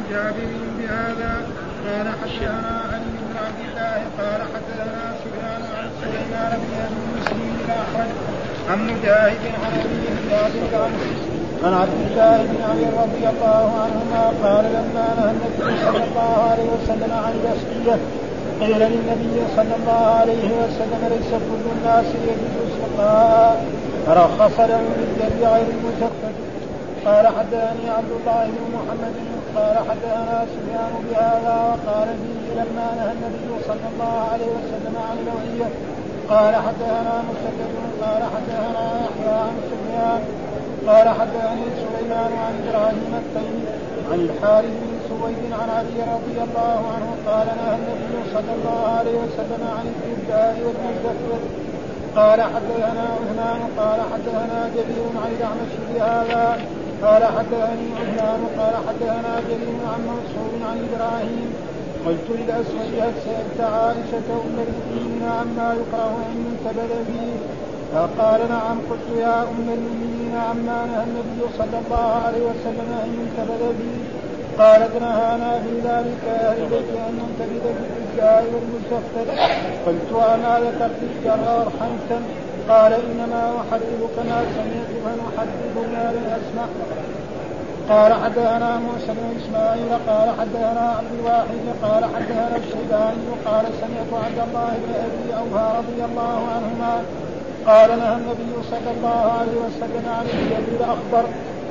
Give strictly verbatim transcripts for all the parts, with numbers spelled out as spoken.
جابر بهذا. قال حدثنا علي بن عبد الله قال حدثنا سفيان عن سليمان بن ابي مسلم الاحول عن مجاهد عن ابي جابر عن عبد الله بن عمرو رضي الله عنهما قال لما نهى النبي صلى الله عليه وسلم عن الاسقيه قيل للنبي صلى الله عليه وسلم ليس كل الناس يجوز السقاء فرخص له بالجد غير المسقط. قال حدثني عبد الله بن محمد قال حدثنا سفيان بهذا وقال فيه لما نهى النبي صلى الله عليه وسلم عن الأوعية. قال حدثنا مسدد قال حدثنا يحيى عن سفيان قال حدثني سليمان عن ابراهيم التيمي عن الحارث بن سويد عن علي رضي الله عنه قال نهى النبي صلى الله عليه وسلم عن الابداع والمزدفر. قال حدثنا عثمان قال حدثنا جرير عن الأعمش بهذا قال حدثني عثمان قال حدثنا جرير عن منصور عن إبراهيم قلت للأسود هل سألت عائشة أم المؤمنين عما يكره أن ينتبذ فيه؟ فقال نعم. قلت يا أم المؤمنين عما نهى النبي صلى الله عليه وسلم أن ينتبذ فيه؟ قالت نهانا في ذلك أهل البيت أن ننتبذ بالإبداع والمزدفر. قلت وما ذكرت الجر والحنثا؟ قال إنما أحدثك ما سمعت فنحدث ما لم أسمع. قال حدثنا موسى بن إسماعيل قال حدثنا عبد الواحد قال حدثنا الشيباني قال سمعت عبد الله بن أبي أوفى رضي الله عنهما قال نهى النبي صلى الله عليه وسلم عن الجد الأخضر.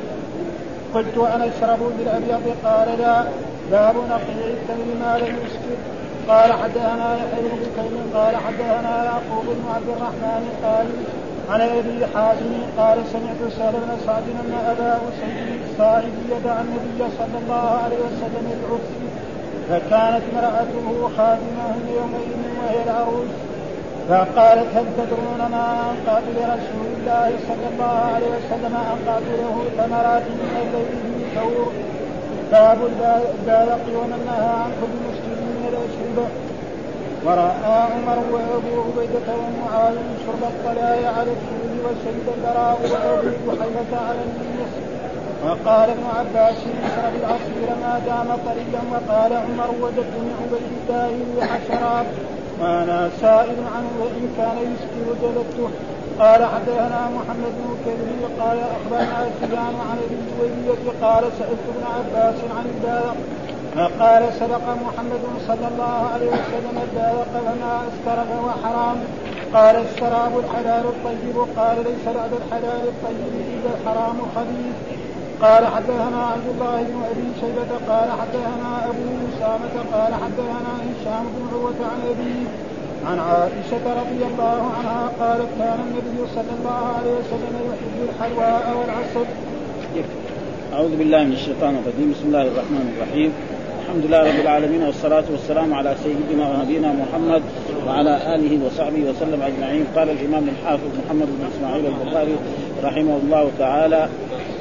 قلت وأنا أشرب بالأبيض؟ قال لا. باب نقيع التمر ما لم يسكر. قال حدثنا يحيى بن بكير قال حدثنا يعقوب بن عبد الرحمن قال عن ابي حازم قال سمعت سهل بن سعد ان ابا اسيد الساعدي يدعى النبي صلى الله عليه وسلم بالعرس فكانت امراته خادمه يومئذ وهي العروس فقالت هل تدرون ما انقذ لرسول الله صلى الله عليه وسلم انقذ له ثمرات من الليل في ثور. باب البالق ومن نهى عن كل مسلم من الاشربه. ورأى عمر وابو عبيدة ومعاذ شرب الطلاء على الشرب وشرب البراء وابو بحيرة على النيس. وقال ابن عباس اشرب العصير ما دام طريا. وقال عمر وجدت من عبيد الله حشرات وانا سائل عنه وان كان يسكر جلدته. قال حدثنا محمد بن كثير قال اخبرنا سفيان عن ابي جويرية قال سألت ابن عباس عن البالغ فقال سبق محمد صلى الله عليه وسلم البالغ فما اسكر فهو حرام. قال الشراب الحلال الطيب. قال ليس بعد الحلال الطيب الا الحرام الخبيث. قال حدثنا عبد الله بن ابي شيبة قال حدثنا ابو اسامة قال حدثنا هشام بن عروة عن ابي عن عائشة رضي الله عنها قالت كان النبي صلى الله عليه وسلم يحب الحلواء والعسل. أعوذ بالله من الشيطان الرجيم. بسم الله الرحمن الرحيم. الحمد لله رب العالمين والصلاة والسلام على سيدنا ونبينا محمد وعلى آله وصحبه وسلم أجمعين. قال الإمام الحافظ محمد بن إسماعيل البخاري رحمه الله تعالى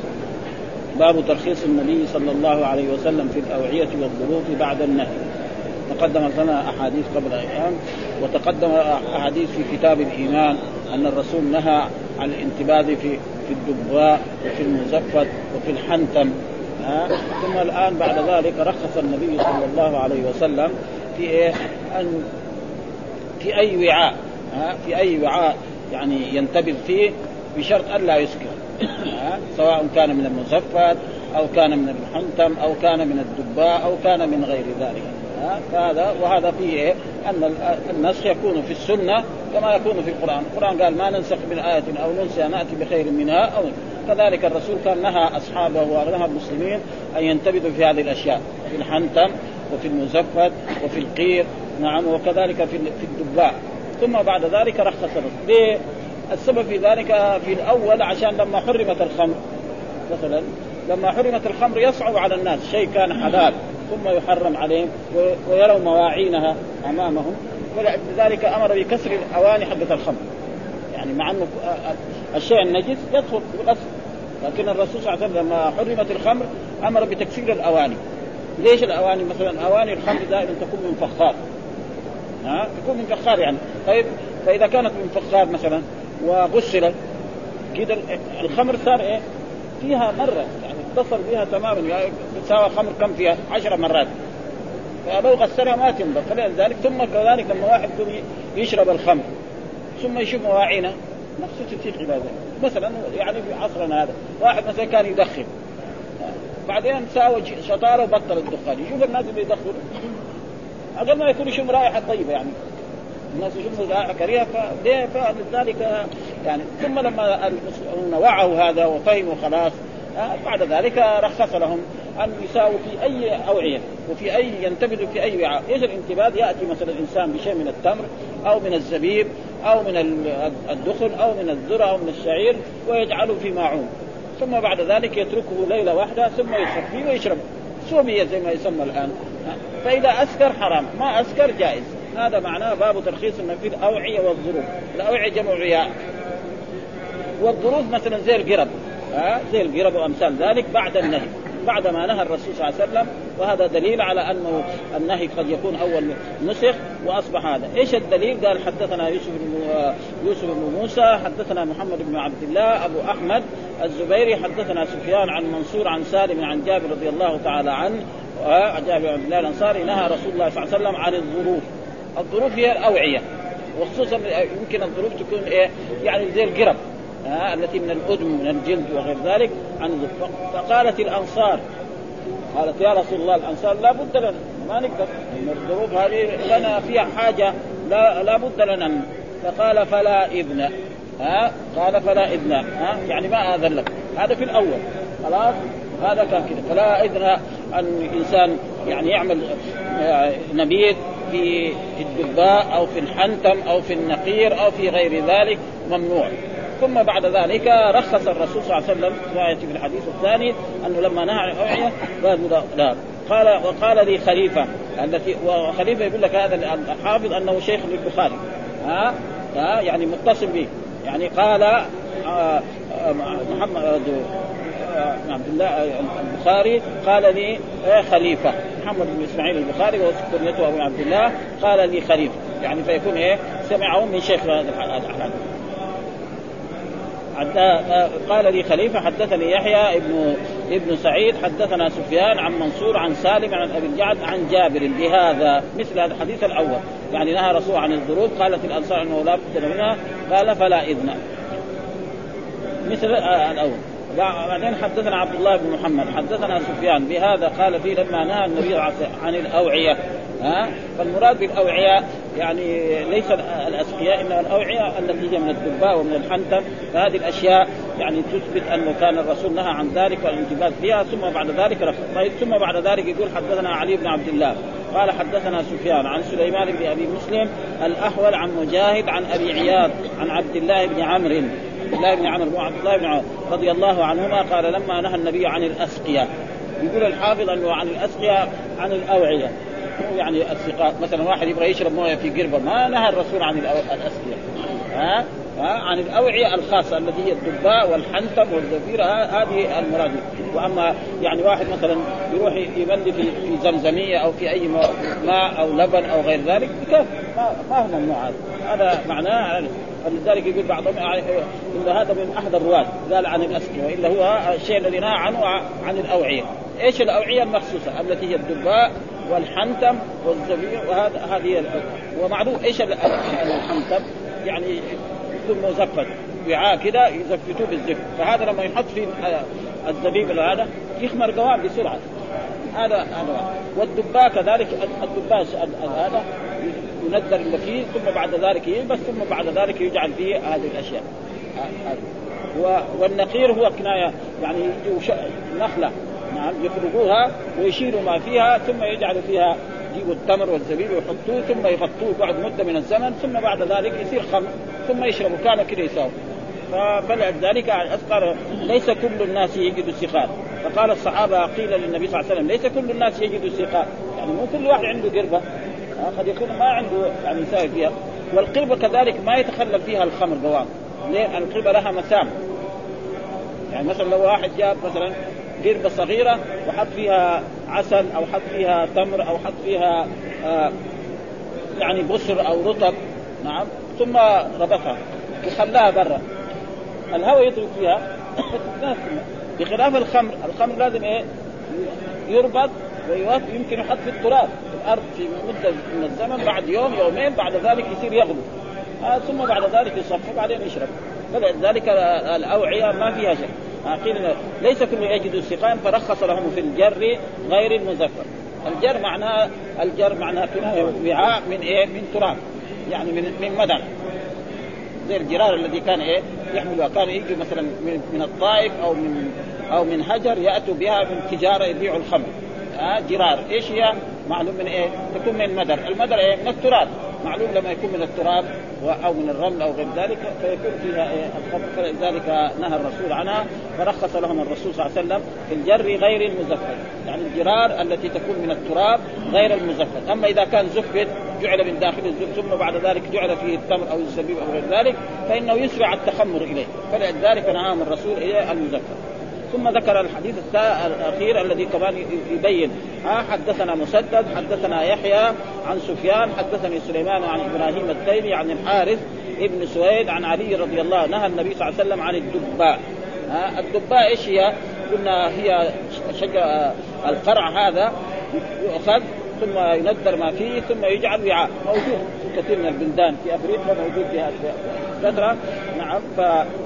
باب ترخيص النبي صلى الله عليه وسلم في الأوعية والضروط بعد النهي. تقدم لنا أحاديث قبل أيام وتقدم أحاديث في كتاب الإيمان أن الرسول نهى عن الانتباذ في في الدباء وفي المزفت وفي الحنتم. ثم الآن بعد ذلك رخص النبي صلى الله عليه وسلم في إيه أن في أي وعاء في أي وعاء يعني ينتبذ فيه بشرط أن لا يسكر سواء كان من المزفت أو كان من الحنتم أو كان من الدباء أو كان من غير ذلك. هذا وهذا فيه إيه؟ أن النسخ يكون في السنة كما يكون في القرآن. القرآن قال ما ننسخ من آية أو ننسى نأتي بخير منها أو كذلك الرسول كان نهى أصحابه ونهى المسلمين أن ينتبذوا في هذه الأشياء في الحنتم وفي المزفت وفي القير نعم وكذلك في في الدباء. ثم بعد ذلك رخص الرسول. السبب في ذلك في الأول عشان لما حرمت الخمر مثلا لما حرمت الخمر يصعب على الناس شيء كان حلال ثم يحرم عليهم ويروا مواعينها أمامهم ولذلك أمر بكسر الأواني حقة الخمر يعني مع أنه الشيء النجس يدخل بالأصل لكن الرسول صلى الله عليه وسلم لما حرمت الخمر أمر بتكسير الأواني. ليش الأواني؟ مثلا أواني الخمر دائما تكون من فخار ها تكون من فخار يعني طيب فإذا كانت من فخار مثلا وغسلت كده الخمر صار إيه فيها مرة يعني اتصل بها تماما، يعني تساوي خمر كم فيها عشر مرات، فلو غسلها ما تنضف. فلذلك ثم كذلك لما واحد يشرب الخمر ثم يشوف مواعينه نفسه تثيق إلى ذلك. مثلا يعني في عصرنا هذا واحد مثلا كان يدخن بعدين ساوى شطاره وبطل الدخان، يشوف الناس اللي يدخنوا أقل ما يكون يشوف رائحة طيبة، يعني الناس يشوفوا رائحة كريهة، فلذلك يعني ثم لما وعوا هذا وفهموا خلاص بعد ذلك رخص لهم أن يساووا في أي أوعية وفي أي ينتبذوا في أي وعاء. إيش الانتباذ؟ يأتي مثلا الإنسان بشيء من التمر أو من الزبيب أو من الدخن أو من الذرة أو من الشعير ويجعله في ماعون، ثم بعد ذلك يتركه ليلة واحدة ثم يصفيه ويشرب سوبية زي ما يسمى الآن. فإذا أسكر حرام، ما أسكر جائز. هذا معناه باب ترخيص في الأوعية والظروف. الأوعية جمع وعاء، والظروف مثلا زي القرب، ها زي القرب وأمثال ذلك بعد النهي، بعد ما نهى الرسول صلى الله عليه وسلم. وهذا دليل على أنه النهي قد يكون أول نسخ وأصبح هذا. إيش الدليل؟ قال حدثنا يوسف بن يوسف بن موسى حدثنا محمد بن عبد الله أبو أحمد الزبيري حدثنا سفيان عن منصور عن سالم عن جابر رضي الله تعالى عنه جابر بن عبد الله الأنصاري نهى رسول الله صلى الله عليه وسلم عن الظروف. الظروف هي الأوعية، وخصوصا يمكن الظروف تكون إيه يعني زي القرب آه التي من الأذن من الجلد وغير ذلك عن الظروف. فقالت الأنصار، قالت يا رسول الله الأنصار لا بد لنا ما نقدر إن الظروف هذه لنا فيها حاجة لا لا بد لنا. فقال فلا إذن، ها قال فلا إذن، ها يعني ما آذن لك. هذا في الأول خلاص، هذا كان كده. فلا إذن أن الإنسان يعني يعمل نبيذ في الدباء أو في الحنتم أو في النقير أو في غير ذلك، ممنوع. ثم بعد ذلك رخص الرسول صلى الله عليه وسلم في الحديث الثاني أنه لما نهى عن الأوعية قال لا. قال وقال لي خليفة، التي وخليفة يقول لك هذا الحافظ أنه شيخ للبخاري، ها ها يعني متصل به. يعني قال آه محمد عبد الله البخاري قال لي خليفة محمد بن إسماعيل البخاري وكنيته أبو عبد الله قال لي خليفة، يعني فيكون إيه سمعه من شيخ هذا الحديث. قال لي خليفة حدثني يحيى ابن ابن سعيد حدثنا سفيان عن منصور عن سالم عن أبي الجعد عن جابر بهذا مثل هذا الحديث الأول. يعني نهى رسول عن الظروف، قالت الأنصار أنه لا بد منها، قال فلا إذن مثل الأول. بعدين حدثنا عبد الله بن محمد حدثنا سفيان بهذا قال فيه لما نهى النبي عن الأوعية. ها فالمراد بالأوعية يعني ليس الأسقياء، إنما الأوعية التي هي من الدباء ومن الحنتم. فهذه الأشياء يعني تثبت أنه كان الرسول نهى عن ذلك والانتباه فيها. ثم بعد ذلك رفض. طيب ثم بعد ذلك يقول حدثنا علي بن عبد الله قال حدثنا سفيان عن سليمان بن أبي مسلم الأحول عن مجاهد عن أبي عياض عن عبد الله بن عمرو عبد الله بن عمرو عبد الله بن عمرو رضي الله عنهما قال لما نهى النبي عن الأسقياء. يقول الحافظ أنه عن الأسقياء عن الأوعية، يعني السقاء. مثلا واحد يبغى يشرب مويه في قربة ما نهى الرسول عن الأسقياء، ها ها عن الأوعية الخاصة التي هي الدباء والحنتم والزفير، هذه المراد. وأما يعني واحد مثلا يروح يملي في في زمزمية أو في أي ماء أو لبن أو غير ذلك كيف ما ما هو ممنوع. هذا معناه. فلذلك يقول بعضهم إن هذا من أحد الرواة قال عن الأسقياء، وإلا هو الشيء الذي نهى عنه عن الأوعية. إيش الأوعية المخصوصة التي هي الدباء والحنتم والزبيب، وهذا هذه. ومعلوم إيش الحنتم يعني يكون مزفت وعاء كده يزفتوه بالزفت، فهذا لما يحط في الزبيب هذا يخمر قوام بسرعة. هذا هذا والدباء كذلك. الدباء هذا ينذر اللي فيه ثم بعد ذلك يلبس ثم بعد ذلك يجعل فيه هذه الأشياء. والنقير هو كناية يعني نخلة نعم يفرقوها ويشيلوا ما فيها ثم يجعلوا فيها يجيبوا التمر والزبيب ويحطوه ثم يغطوه بعد مدة من الزمن ثم بعد ذلك يصير خمر ثم يشربوا. كان كده يساوي. فبلغ ذلك عن أسقر ليس كل الناس يجدوا سقاء. فقال الصحابة قيل للنبي صلى الله عليه وسلم ليس كل الناس يجدوا سقاء، يعني مو كل واحد عنده قربة، قد يكون ما عنده يعني يساوي فيها. والقربة كذلك ما يتخلل فيها الخمر قوام. ليه؟ القربة لها مسام. يعني مثلا لو واحد جاب مثلا قربة صغيرة وحط فيها عسل أو حط فيها تمر أو حط فيها آه يعني بصر أو رطب نعم ثم ربطها وخلاها برا، الهواء يضرب فيها بخلاف الخمر، الخمر لازم إيه يربط ويمكن يحط في التراب في الأرض في مدة من الزمن، بعد يوم يومين بعد ذلك يصير يغلو، آه ثم بعد ذلك يصفى بعدين يشرب. فلذلك الأوعية ما فيها شيء. قيل ليس كل يجد سقاء فرخص لهم في الجر غير المزفر. الجر معناه الجر معناه وعاء من إيه من تراب، يعني من من مدن، زي الجرار الذي كان إيه يحملها، كان يجي مثلا من, من الطائف أو من أو من هجر يأتوا بها من تجارة يبيعوا الخمر. آه جرار إيش هي؟ معلوم من إيه؟ تكون من المدر. المدر إيه؟ من التراب. معلوم لما يكون من التراب أو من الرمل أو غير ذلك فيكون فيها إيه الخمر. فلذلك نهى الرسول عنها فرخص لهم الرسول صلى الله عليه وسلم في الجر غير المزفت، يعني الجرار التي تكون من التراب غير المزفت. أما إذا كان زفت جعل من داخل الزفت ثم بعد ذلك جعل فيه التمر أو الزبيب أو غير ذلك فإنه يسرع التخمر إليه، فلذلك نهاهم الرسول إليه المزفت. ثم ذكر الحديث الأخير الذي كمان يبين ها حدثنا مسدد حدثنا يحيى عن سفيان حدثني سليمان عن إبراهيم التيمي عن الحارث ابن سويد عن علي رضي الله عنه نهى النبي صلى الله عليه وسلم عن الدباء. ها الدباء إيش هي؟ قلنا هي شجر القرع، هذا يؤخذ ثم يندر ما فيه ثم يجعل وعاء، موجود في كثير من البلدان، في أفريقيا موجود فيها فترة. نعم. ف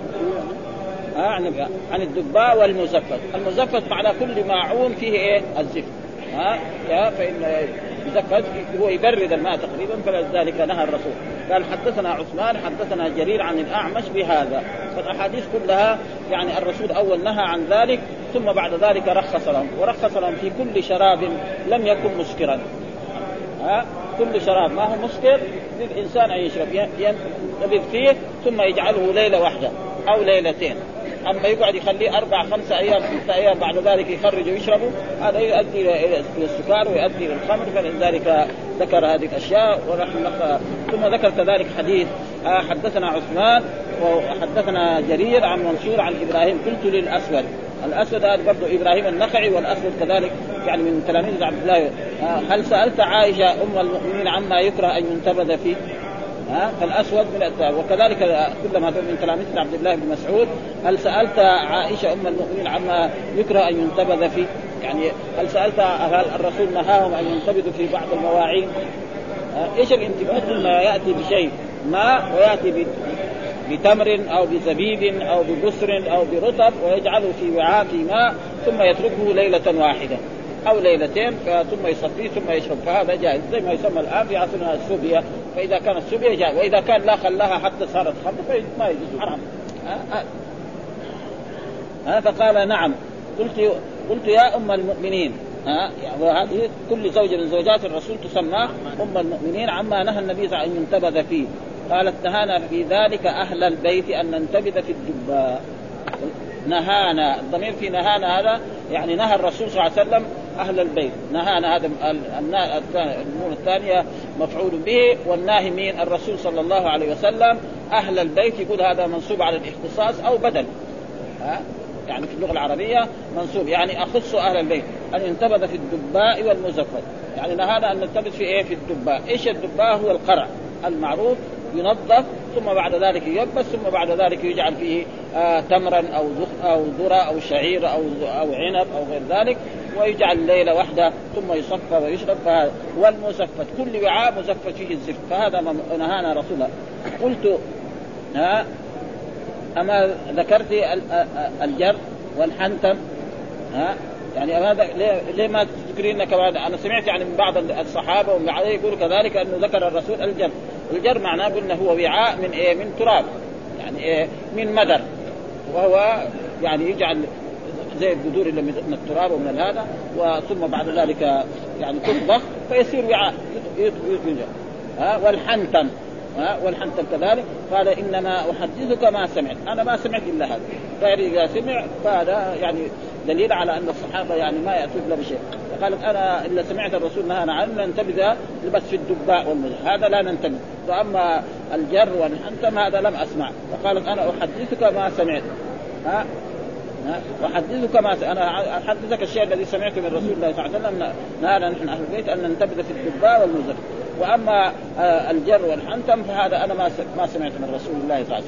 عن عن الدباء والمزفت. المزفت معناه كل معون فيه ايه الزفت، ها فإن مزفت هو يبرد الماء تقريبا، فلذلك نهى الرسول. قال حدثنا عثمان حدثنا جرير عن الأعمش بهذا. فالأحاديث كلها يعني الرسول أول نهى عن ذلك ثم بعد ذلك رخص لهم، ورخص لهم في كل شراب لم يكن مسكرا. ها كل شراب ما هو مسكر للإنسان أن يشرب ينبذ فيه ثم يجعله ليلة واحدة أو ليلتين. أما يقعد يخليه أربع خمسة أيام ستة أيام بعد ذلك يخرج ويشربه، هذا يؤدي إلى السكر ويؤدي إلى الخمر. فلذلك ذكر هذه الأشياء. ونحن ثم ذكر كذلك حديث حدثنا عثمان وحدثنا جرير عن منصور عن إبراهيم قلت للأسود. الأسود هذا برضو إبراهيم النخعي، والأسود كذلك يعني من تلاميذ عبد الله. هل سألت عائشة أم المؤمنين عما يكره أن ينتبذ فيه؟ ها فالأسود من الأسباب. وكذلك كلهم هذول من تلاميذ عبد الله بن مسعود. هل سألت عائشة أم المؤمنين عما يكره أن ينتبذ فيه؟ يعني هل سألت هل الرسول نهاهم أن ينتبذوا في بعض المواعين؟ إيش الانتباه؟ كل ما يأتي بشيء ماء ويأتي بتمر أو بزبيب أو ببسر أو برطب ويجعله في وعاء في ماء ثم يتركه ليلة واحدة أو ليلتين ثم يصفيه ثم يشرب، فهذا جائز زي ما يسمى الآن في عصرنا السوبيا. فإذا كان السوبيا جائز، وإذا كان لا خلاها حتى صارت خمر فما يجوز حرام. ها فقال نعم. قلت قلت يا أم المؤمنين. ها وهذه كل زوجة من زوجات الرسول تسمى أم المؤمنين عما نهى النبي صلى الله عليه وسلم أن ينتبذ فيه. قالت نهانا في ذلك أهل البيت أن ننتبذ في الدباء. نهانا الضمير في نهانا هذا يعني نهى الرسول صلى الله عليه وسلم أهل البيت. نهانا هذا النون الثانية مفعول به، والناهي مين؟ الرسول صلى الله عليه وسلم. أهل البيت يقول هذا منصوب على الاختصاص أو بدل، ها يعني في اللغة العربية منصوب يعني أخص أهل البيت أن ينتبذ في الدباء والمزفت. يعني نهانا أن ننتبذ في إيه؟ في الدباء. إيش الدباء؟ هو القرع المعروف، ينظف ثم بعد ذلك ييبس ثم بعد ذلك يجعل فيه آه تمرا أو أو ذرة أو شعير أو أو عنب أو غير ذلك ويجعل ليلة واحدة ثم يصفى ويشرب. والمزفت كل وعاء مزفت فيه الزفت، فهذا ما نهانا رسول الله. قلت ها أما ذكرت الجر والحنتم، ها يعني هذا ليه, ليه ما تذكرين كمان؟ أنا سمعت يعني من بعض الصحابة ومن بعضهم يقول كذلك أنه ذكر الرسول الجر. الجر معناه قلنا هو وعاء من إيه؟ من تراب، يعني إيه؟ من مدر، وهو يعني يجعل زي الجذور اللي من التراب ومن هذا، وثم بعد ذلك يعني تطبخ فيصير وعاء ينجر. ها والحنتم ها والحنتم كذلك. قال إنما أحدثك ما سمعت، أنا ما سمعت إلا هذا. غير إذا سمع فهذا يعني دليل على أن الصحابة يعني ما يأتون إلا بشيء. فقالت أنا إلا سمعت الرسول نهانا عن ننتبذ بس في الدباء والمزح، هذا لا ننتبذ. فأما الجر والحنتم هذا لم أسمع. فقالت أنا أحدثك ما سمعت. ها وحدثك ما س... أنا أحدثك الشيء الذي سمعته من رسول الله صلى الله عليه وسلم. نهانا نحن أهل البيت أن ننتبذ في الدباء والمزف. وأما الجر والحنتم فهذا أنا ما س... ما سمعت من رسول الله صلى الله عليه وسلم.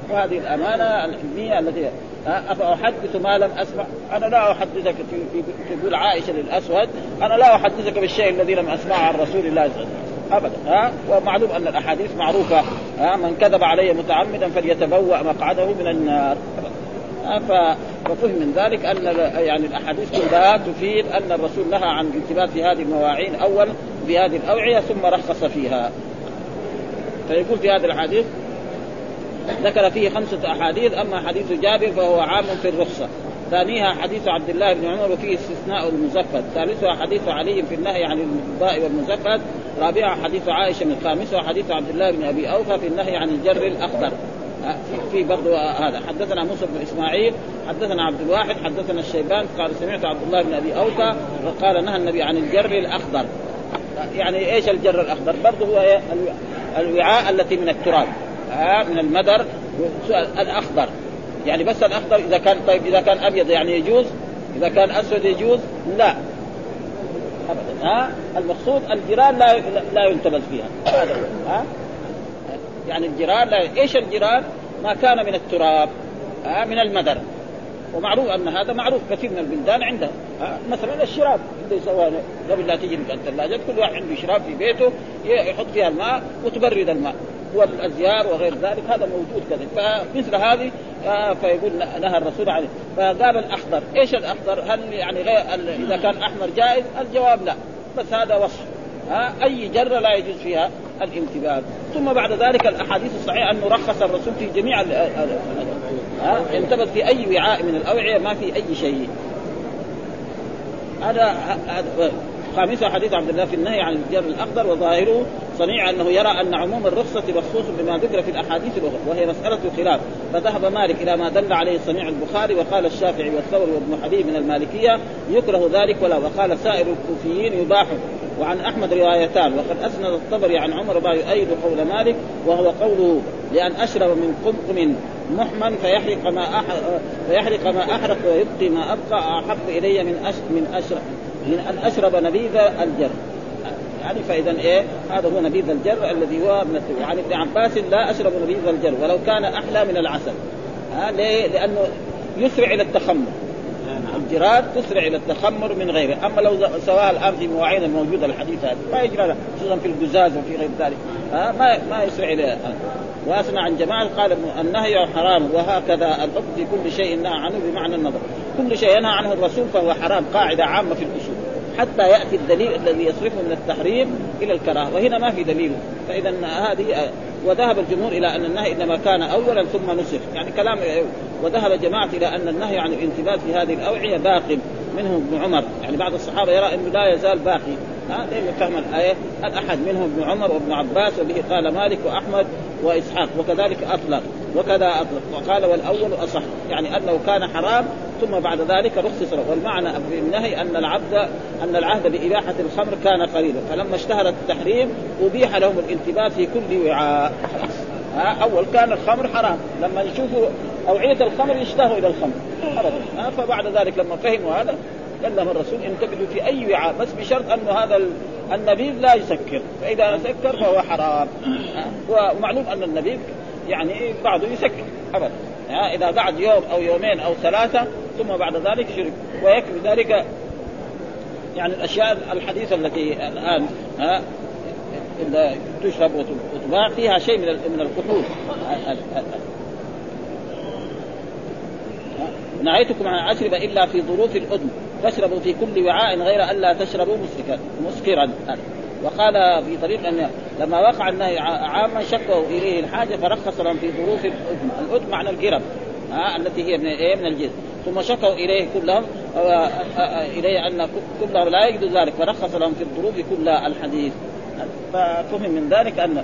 وهذه الأمانة العلمية التي أفأحدث ما لم أسمع. أنا لا أحدثك تقول عائشة للأسود أنا لا أحدثك بالشيء الذي لم أسمعه عن رسول الله صلى الله عليه وسلم أبدا. ها ومعلوم أن الأحاديث معروفة، ها من كذب علي متعمدا فليتبوأ مقعده من النار. ففهم من ذلك أن يعني الأحاديث كلها تفيد أن الرسول نهى عن الانتباه في هذه المواعين أول بهذه الأوعية ثم رخص فيها. فيقول في هذه الحديث ذكر فيه خمسة أحاديث، أما حديث جابر فهو عام في الرخصة، ثانيها حديث عبد الله بن عمر وفيه استثناء المزفت، ثالثها حديث علي في النهي عن الباء والمزفت، رابعها حديث عائشة، من خامسها حديث عبد الله بن أبي أوفى في النهي عن الجر الأخضر. في برضو هذا. حدثنا موسى بن إسماعيل حدثنا عبد الواحد حدثنا الشيبان قال سمعت عبد الله بن أبي أوفى وقال نهى النبي عن الجر الأخضر. يعني إيش الجر الأخضر؟ برضو هو الوعاء التي من التراب، من المدر الأخضر، يعني بس الأخضر إذا كان طيب إذا كان أبيض يعني يجوز، إذا كان أسود يجوز؟ لا أبدا. ها المقصود الجيران لا لا ينتبذ فيها. ها يعني الجيران لا. إيش الجيران؟ ما كان من التراب، ها من المدر، ومعروف أن هذا معروف كثير من البلدان عنده. مثلا الشراب اللي يسوونه قبل لا تجي الثلاجة، كل واحد عنده شراب في بيته يحط فيها الماء وتبرد الماء، والأزيار وغير ذلك هذا موجود كذلك. فمثل هذه فيقول نهى الرسول عليه. فقال الأخضر. إيش الأخضر؟ هل يعني غير إذا كان أحمر جائز؟ الجواب لا، بس هذا وصف. ها أي جرة لا يجوز فيها الانتباه. ثم بعد ذلك الأحاديث الصحيحة أنه رخص الرسول في جميع ها انتبه في أي وعاء من الأوعية ما في أي شيء. هذا خامسة حديث عبد الله في النهي عن الجر الأخضر، وظاهره صنيع أنه يرى أن عموم الرخصة مخصوص بما ذكر في الأحاديث الأخرى، وهي مسألة خلاف. فذهب مالك إلى ما دل عليه صنيع البخاري، وقال الشافعي والثوري وابن حبيب من المالكية يكره ذلك ولا، وقال سائر الكوفيين يباح. وعن أحمد روايتان، وقد أسند الطبري عن عمر ما يؤيد قول مالك، وهو قوله لأن أشرب من قمقم محمن فيحرق ما أحرق, فيحرق ما أحرق ويبقي ما أبقى أحب إلي من أش من أشرب من أن أشرب نبيذ الجر. يعني فإذا إيه هذا هو نبيذ الجر الذي هو من التو... عن ابن عباس لا أشرب نبيذ الجر ولو كان أحلى من العسل. ها ليه؟ لأنه يسرع إلى التخمر. الجراد تسرع إلى التخمر من غيره. أما لو سواها الآن في مواعين الموجودة الحديثة ما يجرى له، خصوصا في الجزاز وفي غير ذلك، ها ما ما يسرع إلى. وأسمع عن جماعة قال النهي حرام، وهكذا الحكم في كل شيء نهى عنه بمعنى النظر. كل شيء ينهى عنه الرسول فهو حرام، قاعدة عامة في الأصول، حتى يأتي الدليل الذي يصرفه من التحريم إلى الكراهة، وهنا ما في دليل. فإذا هذه وذهب الجمهور إلى أن النهي إنما كان أولا ثم نسخ، يعني كلام. وذهب جماعة إلى أن النهي عن الانتباه في هذه الأوعية باق، منهم ابن عمر، يعني بعض الصحابة يرى أنه لا يزال باقي. ها لأنه فهم الآية الأحد منهم ابن عمر وابن عباس، وبه قال مالك وأحمد وإسحاق، وكذلك أطلق وكذا أطلق، وقال والأول أصح، يعني أنه كان حرام ثم بعد ذلك رخص. والمعنى في النهي أن العبد أن العهد بإباحة الخمر كان قليلا، فلما اشتهر التحريم أبيح لهم الانتباه في كل وعاء. أول كان الخمر حرام، لما يشوفوا أوعية الخمر يشتهوا إلى الخمر أبدا. فبعد ذلك لما فهموا هذا قال لهم الرسول انتبهوا في أي وعاء، بس بشرط أنه هذا النبيذ لا يسكر، فإذا سكر فهو حرام. ومعلوم أن النبيذ يعني بعضه يسكر أبدا، إذا بعد يوم أو يومين أو ثلاثة ثم بعد ذلك شرب. ويكفي ذلك يعني الأشياء الحديثة التي الآن ها إذا تشرب وتباع فيها شيء من من الكحول. نهيتكم عن الشرب إلا في ظروف الأذن، فاشربوا في كل وعاء غير ألا تشربوا مسكرا مسكرا. وقال في طريق أن لما وقع النهي عاما شكوا إليه الحاجة فرخص لهم في ظروف الأذن. الأذن معنى القرب التي هي من إيه من الجلد، ثم شكوا إليه كلهم إليه أن كلهم لا يجد ذلك فرخص لهم في الظروف كلها الحديث. ففهم من ذلك أن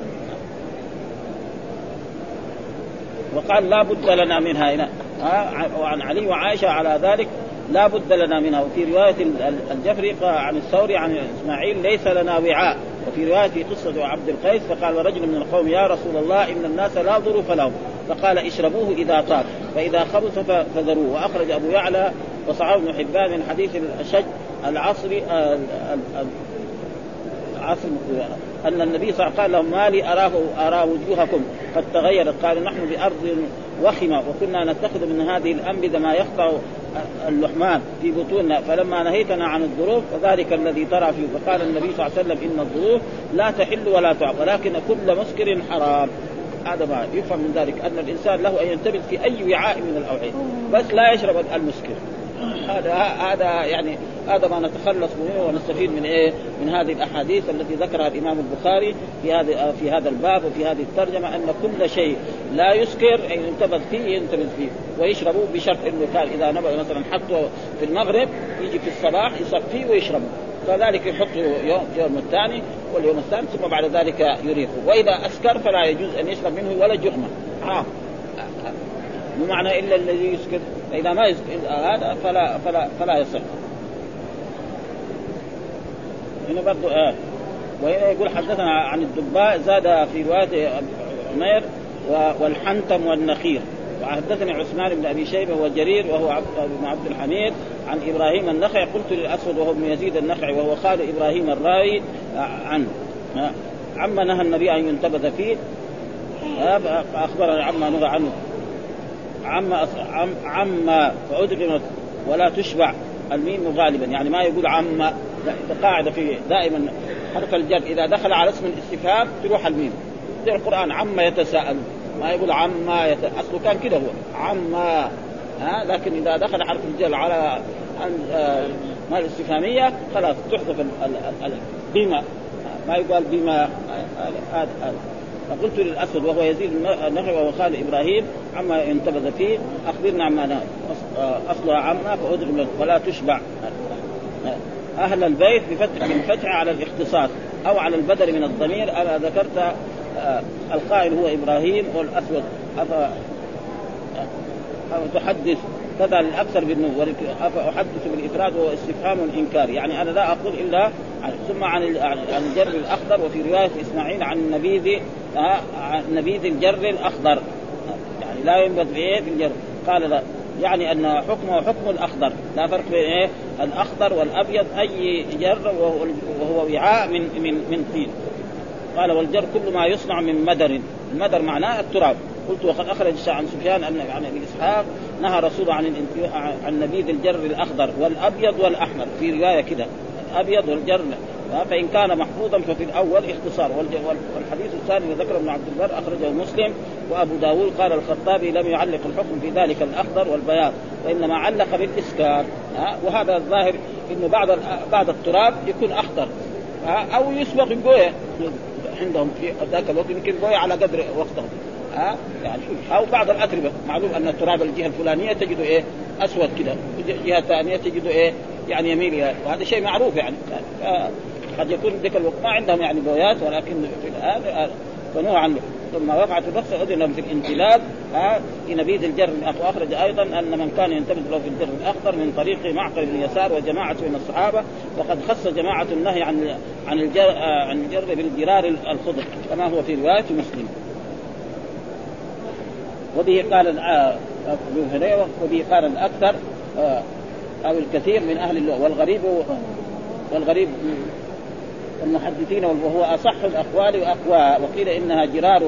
وقال لا بد لنا منها هنا. وعن علي وعائشة على ذلك لا بد لنا منها. وفي رواية الجفري عن الثوري عن إسماعيل ليس لنا وعاء. وفي رواية قصة عبد القيس فقال رجل من القوم يا رسول الله إن الناس لا ظروف لهم، فقال اشربوه إذا طاب فإذا خبث فذروه. وأخرج أبو يعلى وصححه ابن حبان من حديث الأشج العصري أصل أن النبي صلى الله عليه وسلم قال لهم ما لي أراه أرى وجوهكم قد تغيرت. قالوا نحن بأرض وخمة وكنا نتخذ من هذه الأنبذة ما يقطع اللحمان في بطوننا فلما نهيتنا عن الظروف فذلك الذي ترى فيه. فقال النبي صلى الله عليه وسلم إن الظروف لا تحل ولا تعب ولكن كل مسكر حرام. هذا ما يفهم من ذلك أن الإنسان له أن ينتبه في أي وعاء من الأوعية بس لا يشرب المسكر. هذا هذا يعني هذا ما نتخلص منه ونستفيد من إيه من هذه الأحاديث التي ذكرها الإمام البخاري في هذا في هذا الباب وفي هذه الترجمة أن كل شيء لا يسكر أن ينتبه فيه ينتبه فيه ويشربه بشرط إنه كان إذا نبغى مثلا حطه في المغرب يجي في الصباح يصفيه ويشربه كذلك يحطه يوم يوم الثاني واليوم الثالث ثم بعد ذلك يريقه. وإذا أسكر فلا يجوز أن يشرب منه ولا جرمة آه. بمعنى إلا الذي يسكر إذا ما يسكر هذا فلا فلا فلا يصح. هنا برضو آه. وهنا يقول حدثنا عن الدباء زاد في رواية عمير والحنتم والنخير. وحدثني عثمان بن أبي شيبة وجرير وهو عبد بن عبد الحميد عن إبراهيم النخعي قلت للأسود وهو ابن يزيد النخعي وهو خال إبراهيم الراوي عنه عما نهى النبي أن ينتبذ فيه فأخبرنا عما نهى عنه عما عم عما فأدغمت ولا تشبع الميم غالبا يعني ما يقول عما قاعدة في دائما حرف الجر إذا دخل على اسم الاستفهام تروح الميم زي القرآن عما يتساءل ما يقول عما يت... أصله كان كده هو عما ها لكن إذا دخل حرف الجر على ما الاستفهامية خلاص تحذف بما ما يقال بما هذا فقلت للأسود وهو يزيد النخعي وهو خال إبراهيم عما ينتبذ فيه أخبرنا عما أصلها عما فأدغم ولا تشبع أهل البيت بفتح من فتح على الاختصاص أو على البدل من الضمير. أنا ذكرت القائل هو إبراهيم والأسود أو تحدث كذا الأكثر بالنو أحدث بالإفراد وهو استفهام والإنكار يعني أنا لا أقول إلا ثم عن عن الجر الأخضر وفي رواية إسماعيل عن النبيذ عن نبيذ الجر الأخضر يعني لا ينبذ بإيه في الجر. قال لا يعني أن حكمه حكم الأخضر لا فرق بين إيه الأخضر والأبيض أي جر وهو وعاء من من من طين. قال والجر كل ما يصنع من مدر. المدر معناه التراب. قلت وقد أخرج عن سفيان أن عن ابن إسحاق نهى رسول عن عن نبيذ الجر الأخضر والأبيض والأحمر في رواية كده الأبيض والجر فإن كان محفوظا ففي الأول اختصار. والحديث الثاني ذكر ابن عبد البر أخرجه مسلم وأبو داود. قال الخطابي لم يعلق الحكم في ذلك الأخضر والبياض وإنما علق بالإسكار وهذا الظاهر إنه بعض بعض التراب يكون أخضر أو يسبق الجوية عندهم في ذاك الوقت يمكن جوية على قدر وقته ها يعني أو بعض الأتربة معلوم أن التراب الجهة الفلانية تجده إيه أسود كده والجهة الثانية تجده إيه يعني يميل إلى وهذا شيء معروف يعني قد يكون ذاك الوقت ما عندهم يعني بويات ولكن في الآن فنوع عنه. ثم وقعت الرخصة أذن في الانتلاب في نبيذ الجر. وأخرج أيضا أن من كان ينتبذ له في الجر الأخضر من طريق معقل بن يسار وجماعة من الصحابة وقد خص جماعة النهي عن عن الجر عن الجر بالجرار الخضر كما هو في رواية مسلم. وبه قال ابن هريرة وبه قال الأكثر أو الكثير من أهل اللغة والغريب والغريب المحدثين وهو أصح الأقوال وأقوى. وقيل إنها جرار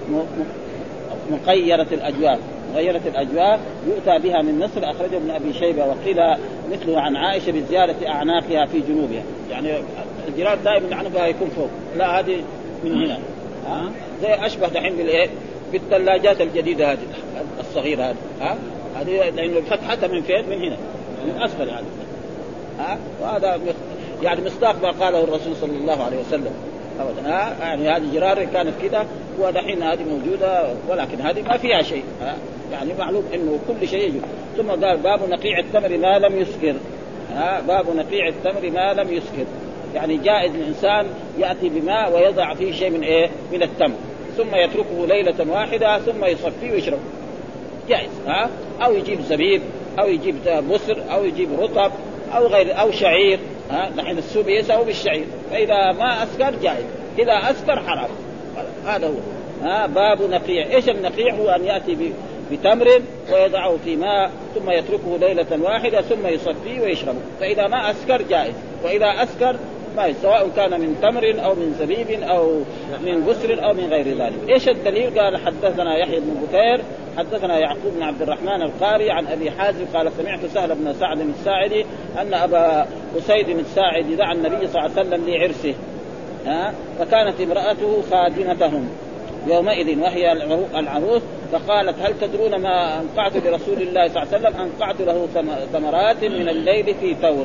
مقيرة الأجواف مغيرة الأجواف يؤتى بها من مصر أخرجه ابن أبي شيبة. وقيل مثله عن عائشة بزيارة أعناقها في جنوبها يعني الجرار دائما عنقها يكون فوق لا هذه من هنا ها زي أشبه دحين بالإيه بالثلاجات الجديدة هذه الصغيرة هذه ها هذه لأنه فتحتها من فين من هنا من أسفل هذا ها وهذا يعني مصداق ما قاله الرسول صلى الله عليه وسلم أبدا ها يعني هذه جرار كانت كده ودحين هذه موجودة ولكن هذه ما فيها شيء ها يعني معلوم إنه كل شيء يجب. ثم قال باب نقيع التمر ما لم يسكر ها باب نقيع التمر ما لم يسكر يعني جائز الإنسان يأتي بماء ويضع فيه شيء من إيه من التمر ثم يتركه ليلة واحدة ثم يصفيه ويشرب جائز ها أو يجيب زبيب أو يجيب بسر أو يجيب رطب أو غير أو شعير ها نحن السوب يساوي بالشعير فإذا ما أسكر جائز إذا أسكر حرام. هذا هو ها باب نقيع. إيش النقيع؟ هو أن يأتي بتمر ويضعه في ماء ثم يتركه ليلة واحدة ثم يصفيه ويشربه فإذا ما أسكر جائز وإذا أسكر ما سواء كان من تمر أو من زبيب أو من بسر أو من غير ذلك. إيش الدليل؟ قال حدثنا يحيى بن بكير حدثنا يعقوب بن عبد الرحمن القاري عن أبي حازم قال سمعت سهل بن سعد الساعدي أن أبا أسيد الساعدي دعا النبي صلى الله عليه وسلم لعرسه، ها فكانت امرأته خادمتهم يومئذ وهي العروس، فقالت هل تدرون ما أنقعت لرسول الله صلى الله عليه وسلم؟ أنقعت له ثمرات من الليل في ثور.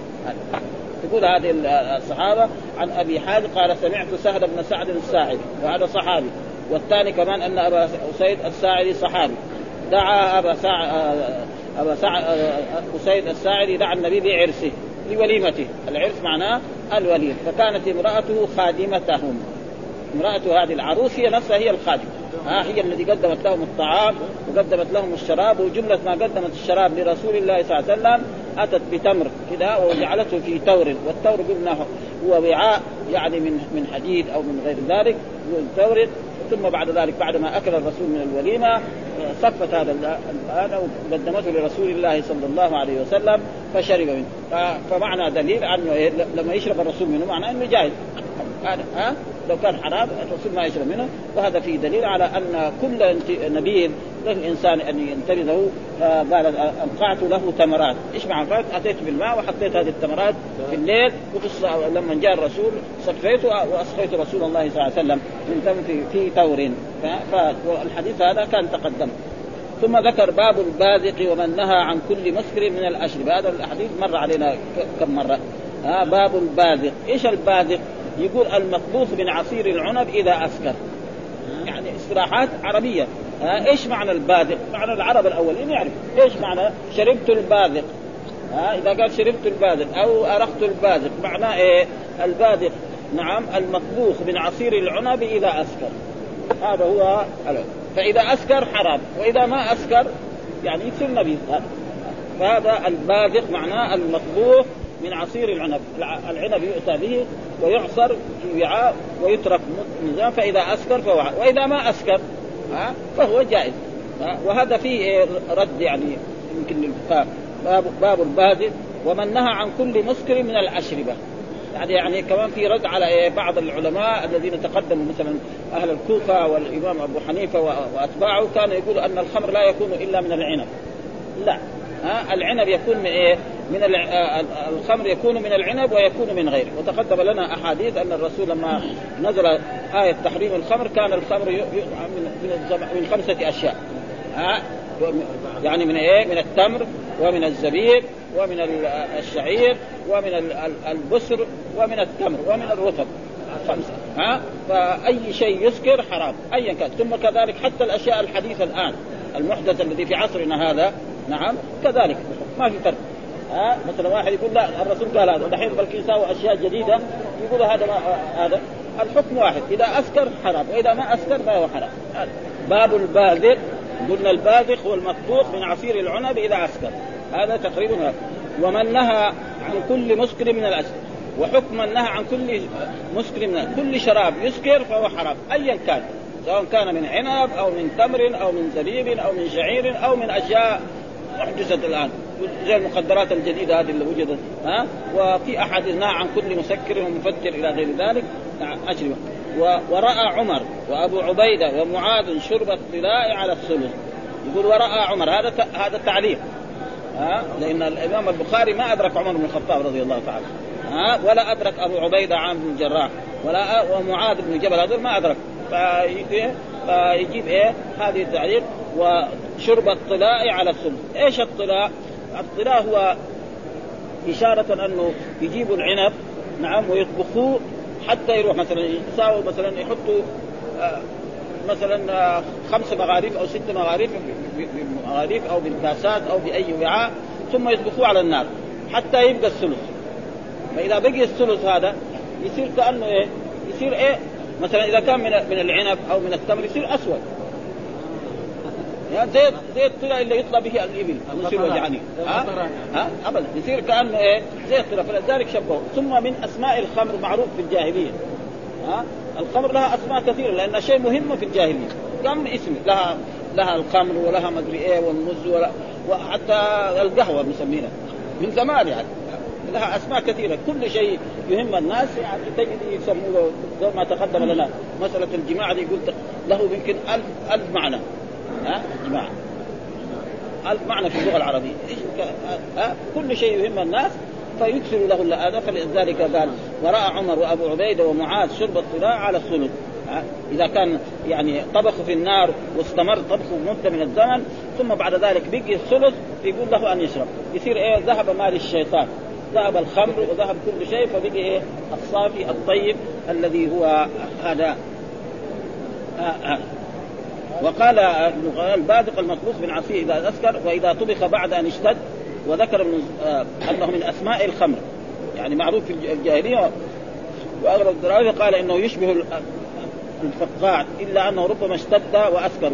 تقول هذه الصحابة عن أبي حازم قال سمعت سهل بن سعد الساعدي وهذا صحابي، والثاني كمان أن أبا أسيد الساعدي صحابي دعا أبا سع... أبا سع... أسيد الساعدي دعا النبي بعرسه لوليمته. العرس معناه الوليم. فكانت امرأته خادمتهم، امرأة هذه العروس هي نفسها هي الخادمة، ها هي التي قدمت لهم الطعام وقدمت لهم الشراب، وجملة ما قدمت الشراب لرسول الله صلى الله عليه وسلم أتت بتمر كذا وجعلته في تور، والتور قلنا هو وعاء يعني من من حديد أو من غير ذلك تور. ثم بعد ذلك بعد ما أكل الرسول من الوليمة صفت هذا هذا وقدمته لرسول الله صلى الله عليه وسلم فشرب منه. فمعنى دليل أنه لما يشرب الرسول منه معناه أنه جائز. هذا ها لو كان حرام الرسول ما يشرب منه. وهذا فيه دليل على أن كل نبي له الإنسان أن ينتبذه. قال أنقعت له تمرات. إيش معنى قالت؟ أتيت بالماء وحطيت هذه التمرات في الليل، لما جاء الرسول صفيته وأسقيت رسول الله صلى الله عليه وسلم من تمر في, في ثور. فالحديث هذا كان تقدم. ثم ذكر باب البازق ومن نهى عن كل مسكر من الأشرب. هذا الحديث مر علينا كم مرة. ها باب البازق. إيش البازق؟ يقول المقبوس من عصير العنب إذا أسكر، يعني اصطلاحات عربية. ها إيش معنى البازق؟ معنى العرب الأولين يعرف إيش معنى شربت البازق. ها إذا قال شربت البازق أو أرقت البازق معناه إيه؟ البازق نعم المطبوخ من عصير العنب إذا أسكر، هذا هو العنب. فإذا أسكر حرام، وإذا ما أسكر يعني يصير نبيذ. فهذا البازق معناه المطبوخ من عصير العنب. العنب يؤتى به ويعصر في وعاء ويترك نظام، فإذا أسكر فهو، وإذا ما أسكر فهو جائز. وهذا فيه رد يعني يمكن للفقهاء. باب, باب البازق ومن نهى عن كل مسكر من الأشربة. يعني يعني كمان في رد على بعض العلماء الذين تقدموا مثلا أهل الكوفة والإمام أبو حنيفة وأتباعه كانوا يقولوا أن الخمر لا يكون إلا من العنب. لا، ها العنب يكون من إيه؟ من الخمر يكون من العنب ويكون من غيره. وتقدم لنا أحاديث أن الرسول لما نزل آية تحريم الخمر كان الخمر من خمسة أشياء، ها يعني من إيه؟ من التمر ومن الزبيب ومن الشعير ومن البسر ومن التمر ومن الرطب، خمسة. ها فأي شيء يسكر حرام أيا كان. ثم كذلك حتى الأشياء الحديثة الآن المحدث الذي في عصرنا هذا نعم كذلك ما في فرق. ها مثلا واحد يقول لا الرسول قال هذا، دحين بل يساوي أشياء جديدة يقول هذا ما هذا الحكم واحد، إذا أسكر حرام وإذا ما أسكر فهو حرام. باب البازق. قلنا البازق هو المطبوخ من عصير العنب إذا أسكر، هذا تقريبا هذا. ومن نهى عن كل مسكر من الأشرب. وحكم من نهى عن كل مسكر من كل شراب يسكر فهو حرام أيا كان، سواء كان من عنب أو من تمر أو من زبيب أو من شعير أو من أشياء محدثة الآن زي المخدرات الجديدة هذه اللي وجدت. ها وفي أحد نهى عن كل مسكر ومفتر إلى غير ذلك أشربه. ورأى عمر وأبو عبيدة ومعاذ شرب الطلاء على الثلث. يقول ورأى عمر، هذا هذا تعليق. ها لأن الإمام البخاري ما أدرك عمر بن الخطاب رضي الله تعالى، ها ولا أدرك أبو عبيدة عامر بن الجراح ولا ومعاذ بن جبل، هذول ما أدرك. فيجيب إيه هذه التعليق وشرب الطلاء على الثلث. إيش الطلاء؟ الطلاء هو إشارة أنه يجيبوا العنب نعم ويطبخوه حتى يروح مثلا يساووا مثلا يحطوا آه مثلا آه خمس مغاريف أو ست مغاريف بمغاريف أو بالكاسات أو بأي وعاء، ثم يطبخوه على النار حتى يبقى الثلث. فإذا بقي الثلث هذا يصير كأنه إيه؟ يصير إيه؟ مثلا إذا كان من من العنب أو من التمر يصير أسود، يعني زي زي الطلاء اللي يطلع به الإبل يصير وجعني. ها ها أبدا يصير كأنه إيه زي الطلاء. فلذلك شبهه. ثم من أسماء الخمر معروف في الجاهلية. ها الخمر لها أسماء كثيرة لأن شيء مهم في الجاهلية. كم اسم لها لها الخمر ولها مدري إيه والمز ولا وحتى القهوة مسمينها من زمان يعني لها أسماء كثيرة. كل شيء يهم الناس يعني تجد يسموه زي ما تقدم لنا مسألة الجماعة دي، قلت له يمكن ألف ألف معنى. ها جماعة ألف معنى في اللغة العربية. ها كل شيء يهم الناس فيكثر له الآن. فلذلك قال ورأى عمر وأبو عبيدة ومعاذ شرب الطلاء على الثلث. إذا كان يعني طبخوا في النار واستمر طبخه مدة من الزمن ثم بعد ذلك بقي الثلث يقول له أن يشرب، يصير إيه ذهب مال الشيطان، ذهب الخمر وذهب كل شيء، فبقي إيه الصافي الطيب الذي هو هذا. آه آه. وقال البادق المطبوخ من عصير إذا أسكر وإذا طبخ بعد أن اشتد. وذكر آه أنه من أسماء الخمر، يعني معروف في الجاهلية. وأغلب الدراوي قال إنه يشبه الفقاع إلا أنه ربما اشتد وأسكر.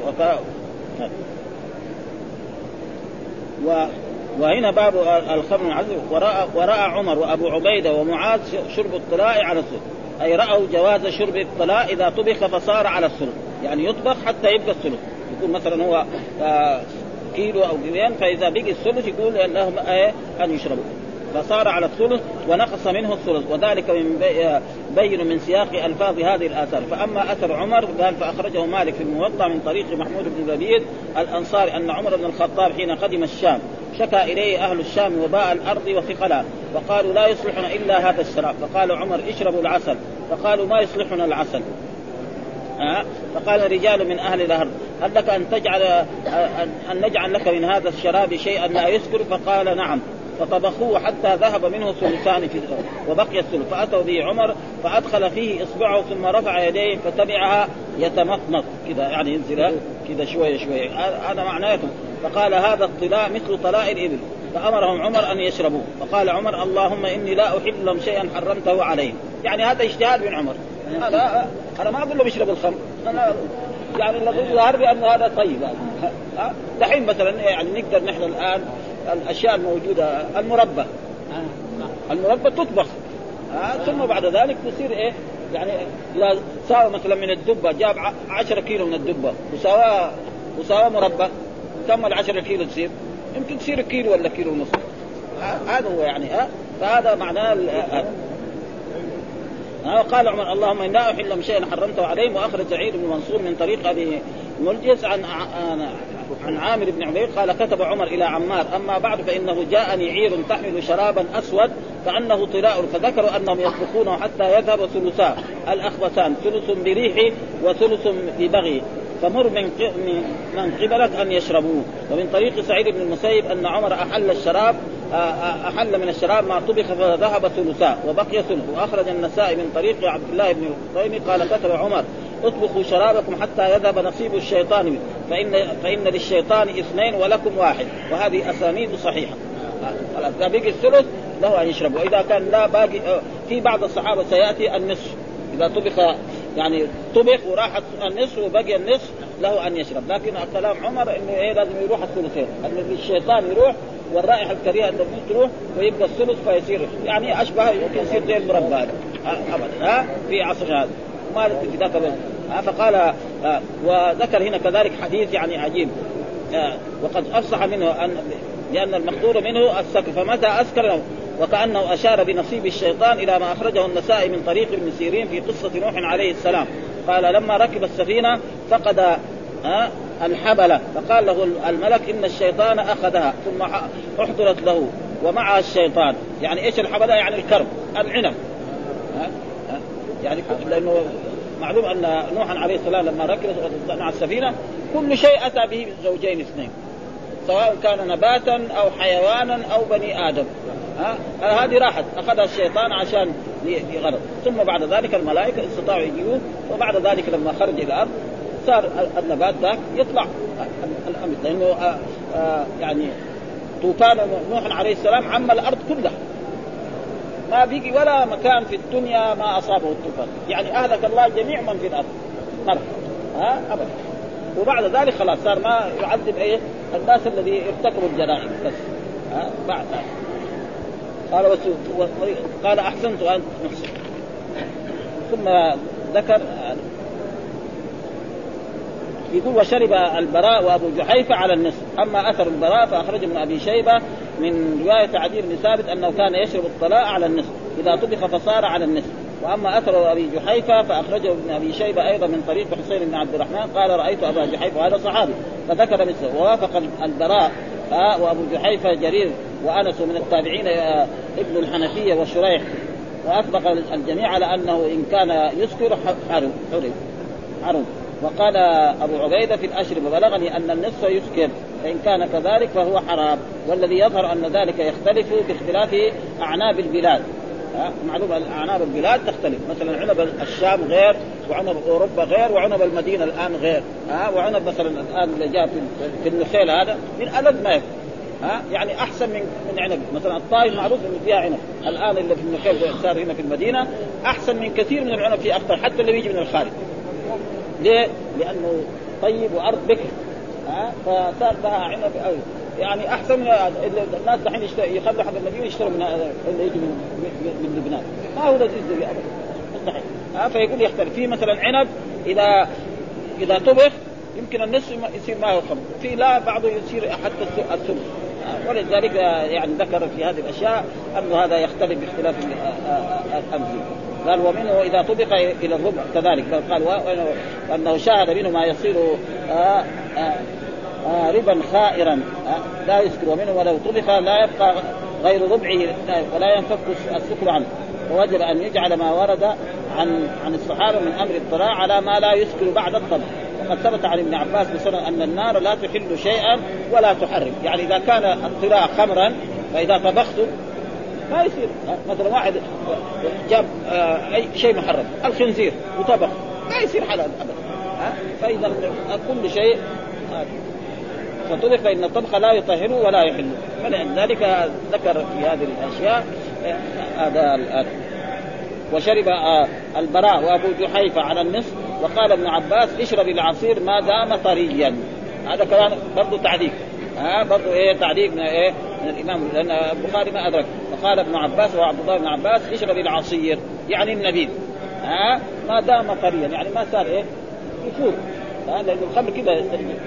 و... وهنا باب الخمر العزل. ورأى, ورأى عمر وأبو عبيدة ومعاذ شرب الطلاء على الثلث، أي رأوا جواز شرب الطلاء إذا طبخ فصار على الثلث، يعني يطبخ حتى يبقى الثلث. يكون مثلا هو كيلو أو كيلوين، فإذا بقي الثلث يقول لهم أيه أن يشربوا، فصار على الثلث ونقص منه الثلث. وذلك من بين من سياق ألفاظ هذه الآثار. فأما أثر عمر قال فأخرجه مالك في الموطأ من طريق محمود بن لبيد الأنصاري أن عمر بن الخطاب حين قدم الشام شكى إليه أهل الشام وباء الأرض وثقلها، فقالوا لا يصلحنا إلا هذا الشراب، فقال عمر اشربوا العسل، فقالوا ما يصلحنا العسل. أه؟ فقال رجال من أهل الأرض هل لك أن تجعل أن نجعل لك من هذا الشراب شيئا لا يسكر؟ فقال نعم. فطبخوه حتى ذهب منه ثلثان في الأرض وبقي الثلث، فأتوا به عمر فأدخل فيه إصبعه ثم رفع يديه فتبعها يتمطمط كذا، يعني ينزل كذا شوية شوية، هذا معناته. فقال هذا الطلاء مثل طلاء الإبل، فأمرهم عمر أن يشربوه. فقال عمر اللهم إني لا أحل لهم شيئا حرمته عليهم. يعني هذا اجتهاد من عمر. أنا أنا ما أقول لهم يشربوا الخمر، أنا يعني الظاهر بأن هذا طيب. دحين مثلا يعني نقدر نحن الآن الأشياء الموجودة المربى المربى تطبخ آه ثم بعد ذلك تصير إيه يعني إذا ساوى مثلا من الدبة جاب عشرة كيلو من الدبة وساوى وساوى مربى كم العشرة كيلو تصير؟ يمكن تصير كيلو ولا كيلو ونص. هذا هو يعني آه فهذا معناه آه آه قال عمر اللهم إن لا أحل لهم شيئا حرمته عليهم. وأخرج سعيد بن منصور من طريق أبي ملجس عن عن عامر بن عبيد قال كتب عمر إلى عمار أما بعد فإنه جاءني عير تحمل شرابا أسود كأنه طلاء، فذكروا أنهم يطبخونه حتى يذهب ثلثان الأخبثان، ثلث بريحه وثلث ببغي، فمر من من قبلك أن يشربوه. ومن طريق سعيد بن المسيب أن عمر أحل الشراب أحل من الشراب ما طبخ فذهب ثلثان وبقي ثلث. وأخرج النسائي من طريق عبد الله بن القيم قال كتب عمر اطبخوا شرابكم حتى يذهب نصيب الشيطان منه فإن, فإن للشيطان اثنين ولكم واحد، وهذه أسانيد صحيحة. إذا بقي الثلث له أن يشرب، وإذا كان لا باقي في بعض الصحابة سيأتي النصف، إذا طبخ يعني طبخ وراحت النصف وبقي النصف له أن يشرب. لكن كلام عمر إنه إيه لازم يروح الثلثين، أن الشيطان يروح والرائحة الكريهة أنه تروح ويبقى الثلث فيصير يعني أشبه يمكن يصير زي المربى أبدا ها في عصر هذا ما في ذاك الوقت. فقال آه وذكر هنا كذلك حديث يعني عجيب آه وقد أفصح منه أن لأن المقدور منه السكر فمتى أسكر، وكأنه أشار بنصيب الشيطان إلى ما أخرجه النسائي من طريق ابن سيرين في قصة نوح عليه السلام. قال لما ركب السفينة فقد آه الحبلة فقال له الملك إن الشيطان أخذها ثم أحضرت له ومعها الشيطان. يعني إيش الحبلة؟ يعني الكرب العنب آه آه يعني لأنه معلوم أن نوح عليه السلام لما ركب مع السفينة كل شيء أتى به زوجين اثنين سواء كان نباتا أو حيوانا أو بني آدم. ها هذه راحت أخذها الشيطان عشان لغرض. ثم بعد ذلك الملائكة استطاعوا يجيبوه، وبعد ذلك لما خرج إلى الأرض صار النبات ذاك يطلع الأمر، لأنه آآ آآ يعني طوفان نوح عليه السلام عم الأرض كلها، ما بيجي ولا مكان في الدنيا ما أصابه الطوفان، يعني أهلك الله جميع من في الأرض مرة ها أبدا. وبعد ذلك خلاص صار ما يعذب إيه الناس الذي ارتكبوا الجرائم بس ها بعد قال بس قال أحسنت أن نحسن. ثم ذكر يقول وشرب البراء وأبو جحيفة على النصف. أما أثر البراء فأخرج من أبي شيبة من رواية عدي بن ثابت أنه كان يشرب الطلاء على النصف إذا طبخ فصار على النصف. وأما أثر أبي جحيفة فأخرجه ابن أبي شيبة أيضا من طريق حسين بن عبد الرحمن قال رأيت أبا جحيفة وهذا صحابي فذكر مثله. ووافق البراء آه وأبو جحيفة جرير وأنس من التابعين آه ابن الحنفية وشريح، وأطبق الجميع على أنه إن كان يسكر حرم حرم حرم. وقال أبو عبيدة في الأشربة بلغني أن النصف يسكر فإن كان كذلك فهو حرام. والذي يظهر أن ذلك يختلف باختلاف أعناب البلاد. معلوم أعناب البلاد تختلف، مثلا عنب الشام غير وعنب أوروبا غير وعنب المدينة الآن غير. ها وعنب مثلا الآن اللي جاء في النخيل هذا من ألد ما يكون. ها يعني أحسن من من عنب. مثلا الطائف معروف إنه فيها عنب، الآن اللي في النخيل صار هنا في المدينة أحسن من كثير من العنب في أخضر حتى اللي بيجي من الخارج. ليه؟ لأنه طيب وأرض بكر. ها فصار لها عنب أوي. يعني احسن من الناس الحين يخلوا حق المدينه يشتروا من اللي يجي من من لبنان، ما هو لذيذ ابدا مستحيل. ها فيقول يختلف في مثلا عنب اذا اذا طبخ يمكن النصف يصير ما هو خمر، في لا بعضه يصير حتى الثلث. ولذلك يعني ذكر في هذه الاشياء انه هذا يختلف باختلاف الامزجه. قال ومنه اذا طبخ الى الربع كذلك. قال وانه شاهد منه ما يصير آآ آآ آه ربا خائرا آه لا يسكر. ومنه ولو طبخ لا يبقى غير ربعه ولا ينفك السكر عنه. ووجب أن يجعل ما ورد عن عن الصحابة من أمر الطلاء على ما لا يسكر بعد الطبخ. وقد ثبت عن ابن عباس بسنة أن النار لا تحل شيئا ولا تحرم. يعني إذا كان الطلاء خمرا فإذا طبخته ما يصير. آه مثلا واحد جاب آه أي شيء محرم الخنزير وطبخ ما يصير حلال أبدا. آه فإذا كل شيء آه فطبخ فإن الطبخ لا يطهر ولا يحل. فلذلك ذكر في هذه الأشياء هذا الآن. وشرب البراء وأبو جحيفة على النصف. وقال ابن عباس اشرب العصير ما دام طريا. هذا كلام برضو تعليق. ها برضو ايه تعليق من ايه من الإمام لأن البخاري ما أدرك. فقال ابن عباس وعبد الله بن عباس اشرب العصير يعني النبيذ ها ما دام طريا يعني ما صار ايه يفور. لأن الخمر كده.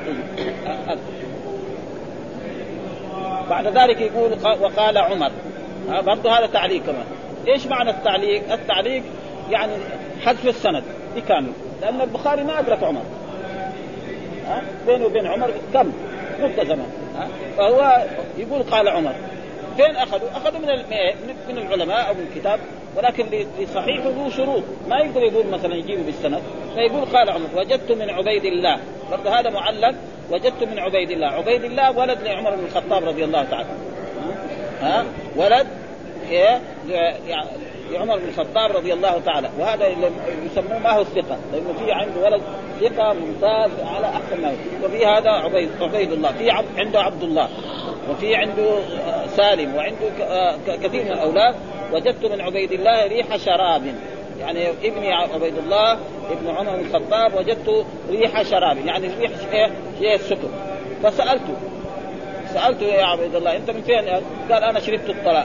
بعد ذلك يقول وقال عمر. برضو هذا تعليق كمان. ايش معنى التعليق؟ التعليق يعني حذف السند بكامل لأن البخاري ما أدرك عمر. ها بينه وبين عمر كم مدة زمان. ها فهو يقول قال عمر. فين أخذوا؟ أخذوا من من العلماء أو من الكتاب، ولكن لصحيح له شروط ما يقدر يقول مثلا يجيبه بالسند. فيقول قال عمر وجدت من عبيد الله. برضه هذا معلق وجدت من عبيد الله. عبيد الله ولد لعمر بن الخطاب رضي الله تعالى. ها ولد إيه لعمر بن الخطاب رضي الله تعالى. وهذا يسموه ما هو الثقة لأنه في عنده ولد ثقة ممتاز على أحسن ما يكون. وفي هذا عبيد عبيد الله. في عب عنده عبد الله وفي عنده سالم وعنده كثير من الأولاد. وجدت من عبيد الله ريح شراب يعني ابني عبيد الله ابن عمر بن الخطاب وجدت ريح شراب يعني ريح ايه هي السكر. فسألته سألته يا عبيد الله انت من فين؟ قال انا شربت الطلاء.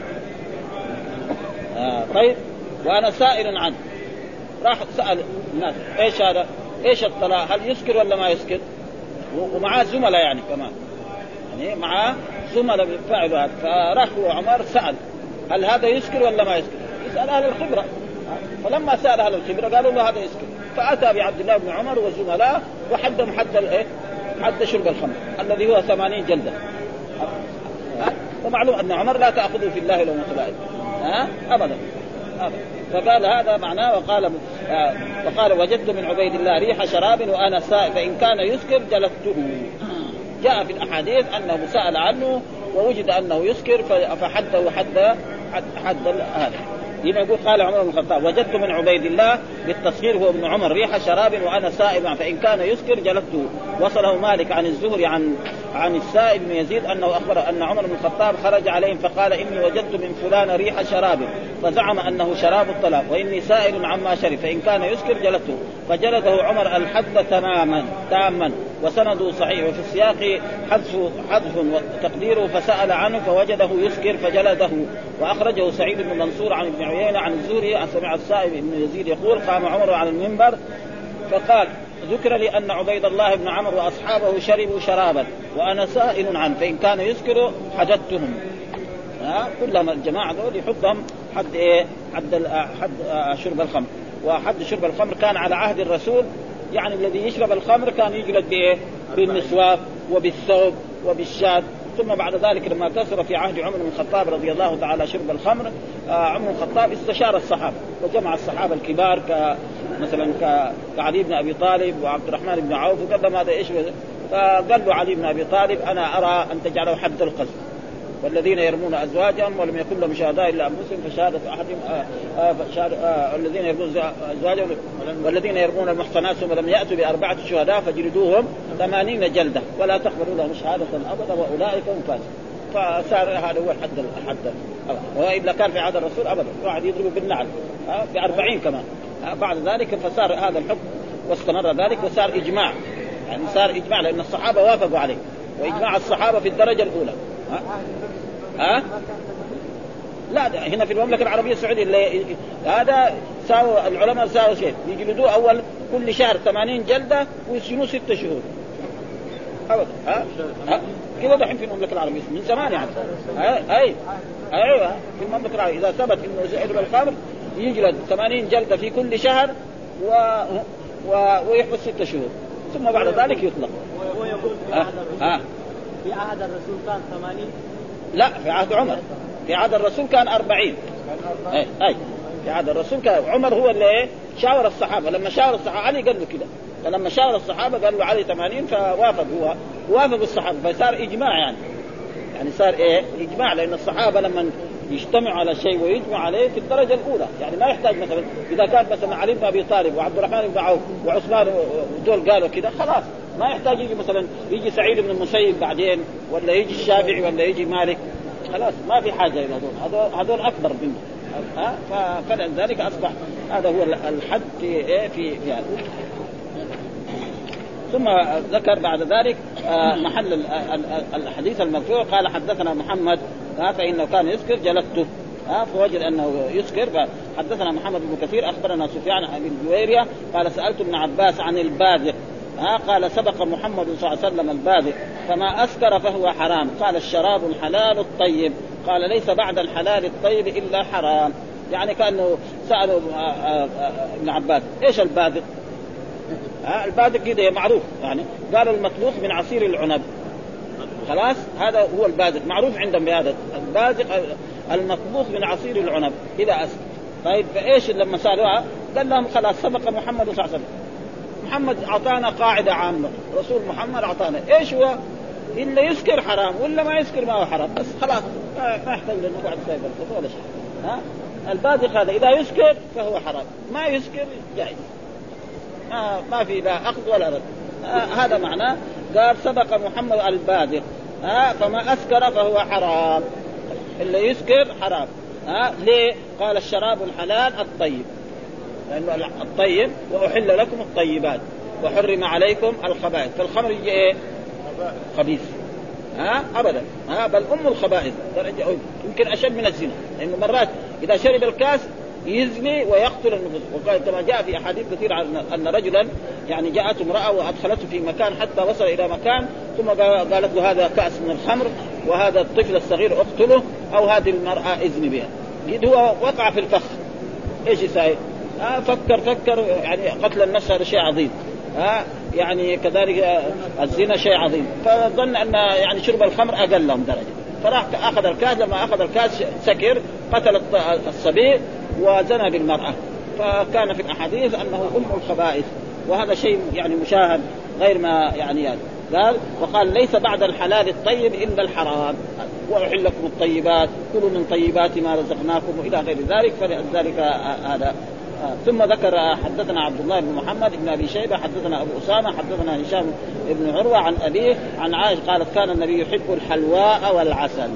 آه طيب وانا سائل عنه. راح سأل الناس ايش هذا ايش الطلاء هل يسكر ولا ما يسكر؟ ومعاه زملاء يعني كمان يعني معاه زملاء بالفعل هذا. فراح عمر سأل هل هذا يسكر ولا ما يسكر؟ يسأل أهل الخبرة. فلما سأل أهل الخبرة قالوا له هذا يسكر. فأتى بعبد الله بن عمر وزملائه وحدهم حد الايه حد شرب الخمر الذي هو ثمانين جلدة. ومعلوم أن عمر لا تأخذه في الله لومة لائم ها أبدا. فقال هذا معناه. وقال آه وقال وجدت من عبيد الله ريح شراب وأنا سائل فإن كان يسكر جلدته. جاء في الأحاديث أنه سأل عنه ووجد أنه يسكر فحده حد حد هذا. هنا يقول قال عمر بن الخطاب وجدت من عبيد الله بالتصغير هو ابن عمر ريح شراب وأنا سائب فإن كان يسكر جلدته. وصله مالك عن الزهري عن عن السائب بن يزيد أنه أخبر أن عمر بن الخطاب خرج عليهم فقال إني وجدت من فلان ريح شراب فزعم أنه شراب الطلاق وإني سائل عما شرب فإن كان يسكر جلدته. فجلده عمر الحد تماما تاما وسنده صحيح. وفي السياق حذف حذف وتقديره فسأل عنه فوجده يسكر فجلده. وأخرجه سعيد بن منصور عن ابن عيينة عن الزهري عن سمع السائب بن يزيد يقول قام عمر على المنبر فقال ذكر لي أن عبيد الله بن عمرو وأصحابه شربوا شرابا وأنا سائل عنه فإن كان يسكر حددتهم. ها كلهم الجماعة دول يحطهم حد إيه حد حد شرب الخمر. وحد شرب الخمر كان على عهد الرسول، يعني الذي يشرب الخمر كان يجلد بإيه بالمسواك وبالثوب وبالشاد. ثم بعد ذلك لما كثر في عهد عمر بن الخطاب رضي الله تعالى شرب الخمر، عمر بن الخطاب استشار الصحابة وجمع الصحابة الكبار كمثلا كعلي بن أبي طالب وعبد الرحمن بن عوف وقال لهم هذا إيش، فقال له علي بن أبي طالب أنا أرى أن تجعله حد القذف، والذين يرمون أزواجهم ولم يكن لهم شهداء إلا أنفسهم فشهادة أحدهم الذين يرمون أزواجهم والذين يرمون المحصنات ثم لم يأتوا بأربعة شهداء فجلدوهم ثمانين جلدة ولا تقبلوا لهم شهادة أبدا وأولئك هم فاسقون. فصار هذا هو الحد الحد وإلا كان في عهد الرسول أبدا واحد يضرب بالنعل بأربعين كمان. بعد ذلك فصار هذا الحكم واستمر ذلك وصار إجماع، يعني صار إجماع لأن الصحابة وافقوا عليه، وإجماع الصحابة في الدرجة الأولى. ها؟ ها؟ لا هنا في المملكة العربية السعودية اللي هذا ساووا العلماء ساووا شيء يجلدوه أول كل شهر ثمانين جلدة ويسجنوه ستة شهور أبدا. ها؟ ها؟ كذا دحين في المملكة العربية من زمان يعني. أي أيوة في المملكة العربية إذا ثبت إنه شرب الخمر يجلد ثمانين جلدة في كل شهر و... و... ويحبس ستة شهور ثم بعد ذلك يطلق. هو يقول في عهد الرسول آه. في عهد الرسول كان ثمانين. لا في عهد عمر، في عهد الرسول كان أربعين. أي أي في عهد الرسول كان عمر هو اللي شاور الصحابة، لما شاور الصحابة علي قال له كده، فلما شاور الصحابة قال له علي ثمانين فوافق هو وافق الصحابة فصار إجماع يعني يعني صار إيه إجماع، لأن الصحابة لما يجتمعوا على شيء ويجمع عليه في الدرجة الأولى، يعني ما يحتاج مثلا إذا كان مثلا علي بن أبي طالب وعبد الرحمن بن عوف وعثمان ودول قالوا كده خلاص ما يحتاج يجي مثلا يجي سعيد بن المسيب بعدين ولا يجي الشافعي ولا يجي مالك، خلاص ما في حاجة إلى هذول، هذول أكبر منه. ها فلذلك أصبح هذا هو الحد في إيه في في هذا. ثم ذكر بعد ذلك محل الحديث المرفوع قال حدثنا محمد فإنه كان يسكر جلدته فوجد أنه يسكر. حدثنا محمد بن كثير أخبرنا سفيان بن جويرية قال سألت ابن عباس عن الباذق قال سبق محمد صلى الله عليه وسلم الباذق فما أسكر فهو حرام. قال الشراب الحلال الطيب قال ليس بعد الحلال الطيب إلا حرام. يعني كأنه سألوا ابن عباس إيش الباذق؟ الباذق كده معروف يعني قالوا المطبوخ من عصير العنب، خلاص هذا هو الباذق معروف عندهم بهذا الباذق المطبوخ من عصير العنب إذا أسكر. طيب فإيش لما سألوها قال لهم خلاص سبق محمد صلى الله عليه وسلم، محمد أعطانا قاعدة عامة، رسول محمد أعطانا إيش هو إلا يسكر حرام ولا ما يسكر ما هو حرام، بس خلاص ما يحتاج لأنه بعد سايب الفضل ولا شيء. ها الباذق هذا إذا يسكر فهو حرام، ما يسكر جائز، ما ما في لا أخذ ولا رد. هذا معناه قال سبق محمد الباذق ها فما أسكر فهو حرام، اللي يسكر حرام. ها ليه؟ قال الشراب الحلال الطيب لأنه الطيب وأحل لكم الطيبات وحرم عليكم الخبائث، فالخمر يجي إيه؟ خبيث. ها أبدا ها بل أم الخبائث درجة يمكن أشد من الزنا، لأنه مرات إذا شرب الكاس يزني ويقتل النفوس. وقال كما جاء في أحاديث كثيرة أن رجلا يعني جاءت امرأة وأدخلته في مكان حتى وصل إلى مكان ثم قالت له هذا كأس من الخمر وهذا الطفل الصغير اقتله أو هذه المرأة إذن بها. هو وقع في الفخ إيش يساوي؟ آه فكر فكر يعني قتل النفس هذا شيء عظيم، آه يعني كذلك الزنا شيء عظيم، فظن أن يعني شرب الخمر أقل لهم درجة، فراح أخذ الكاس، لما أخذ الكاس سكر قتل الصبي وزنى بالمرأة. فكان في الأحاديث أنه أم الخبائث، وهذا شيء يعني مشاهد غير ما يعني يعني قال وقال ليس بعد الحلال الطيب إلا الحرام وأحل لكم الطيبات كلوا من طيبات ما رزقناكم وإلى غير ذلك. فلذلك هذا. ثم ذكر حدثنا عبد الله بن محمد بن أبي شيبة حدثنا أبو أسامة حدثنا هشام بن عروة عن أبيه عن عائشة قالت كان النبي يحب الحلواء والعسل.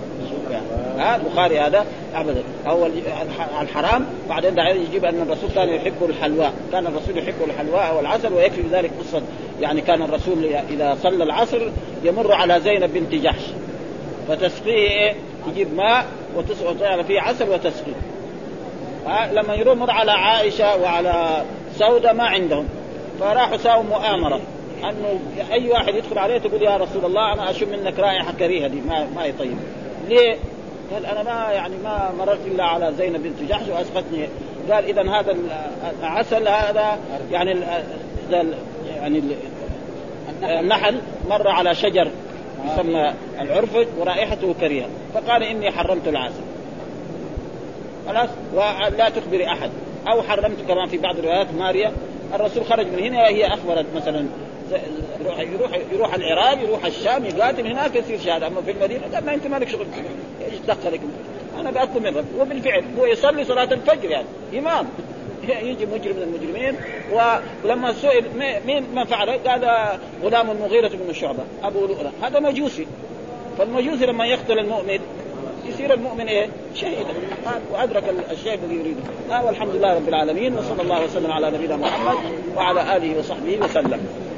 ها البخاري هذا أبدا أول الحرام بعدين دعنا يجيب أن الرسول كان يحب الحلواء، كان الرسول يحب الحلواء والعسل. ويكفي ذلك قصة يعني كان الرسول إذا صلى العصر يمر على زينب بنت جحش فتسقيه تجيب ماء وتسقي فيه عسل وتسقيه. ها لما يمر على عائشة وعلى سودة ما عندهم فراحوا ساووا مؤامرة أنه أي واحد يدخل عليه تقول يا رسول الله أنا أشم منك رائحة كريهة دي ما ما يطيب. ليه؟ قال أنا ما يعني ما مررت إلا على زينب بنت جحش وأسقطني. قال إذا هذا العسل هذا يعني ال يعني النحل مر على شجر يسمى العرفج ورائحته كريهة فقال إني حرمت العسل خلاص ولا تخبري أحد. أو حرمت كمان في بعض الروايات ماريا الرسول خرج من هنا هي أخبرت مثلا يروح يروح يروح العراق يروح الشام يقاتل هناك يصير شهادة. أما في المدينة قال ما أنت مالك شغل إيش دخلك أنا بأطلب من رب. وبالفعل هو يصلي صلاة الفجر يعني إمام يجي مجرم من المجرمين. ولما سئل مين ما فعل قال غلام المغيرة بن شعبة أبو لؤلؤة هذا مجوسي. فالمجوسي لما يقتل المؤمن يصير المؤمن إيه شهيدا وأدرك الشيء الذي يريده. آه والحمد لله رب العالمين وصلى الله وسلم على نبينا محمد وعلى آله وصحبه وسلم.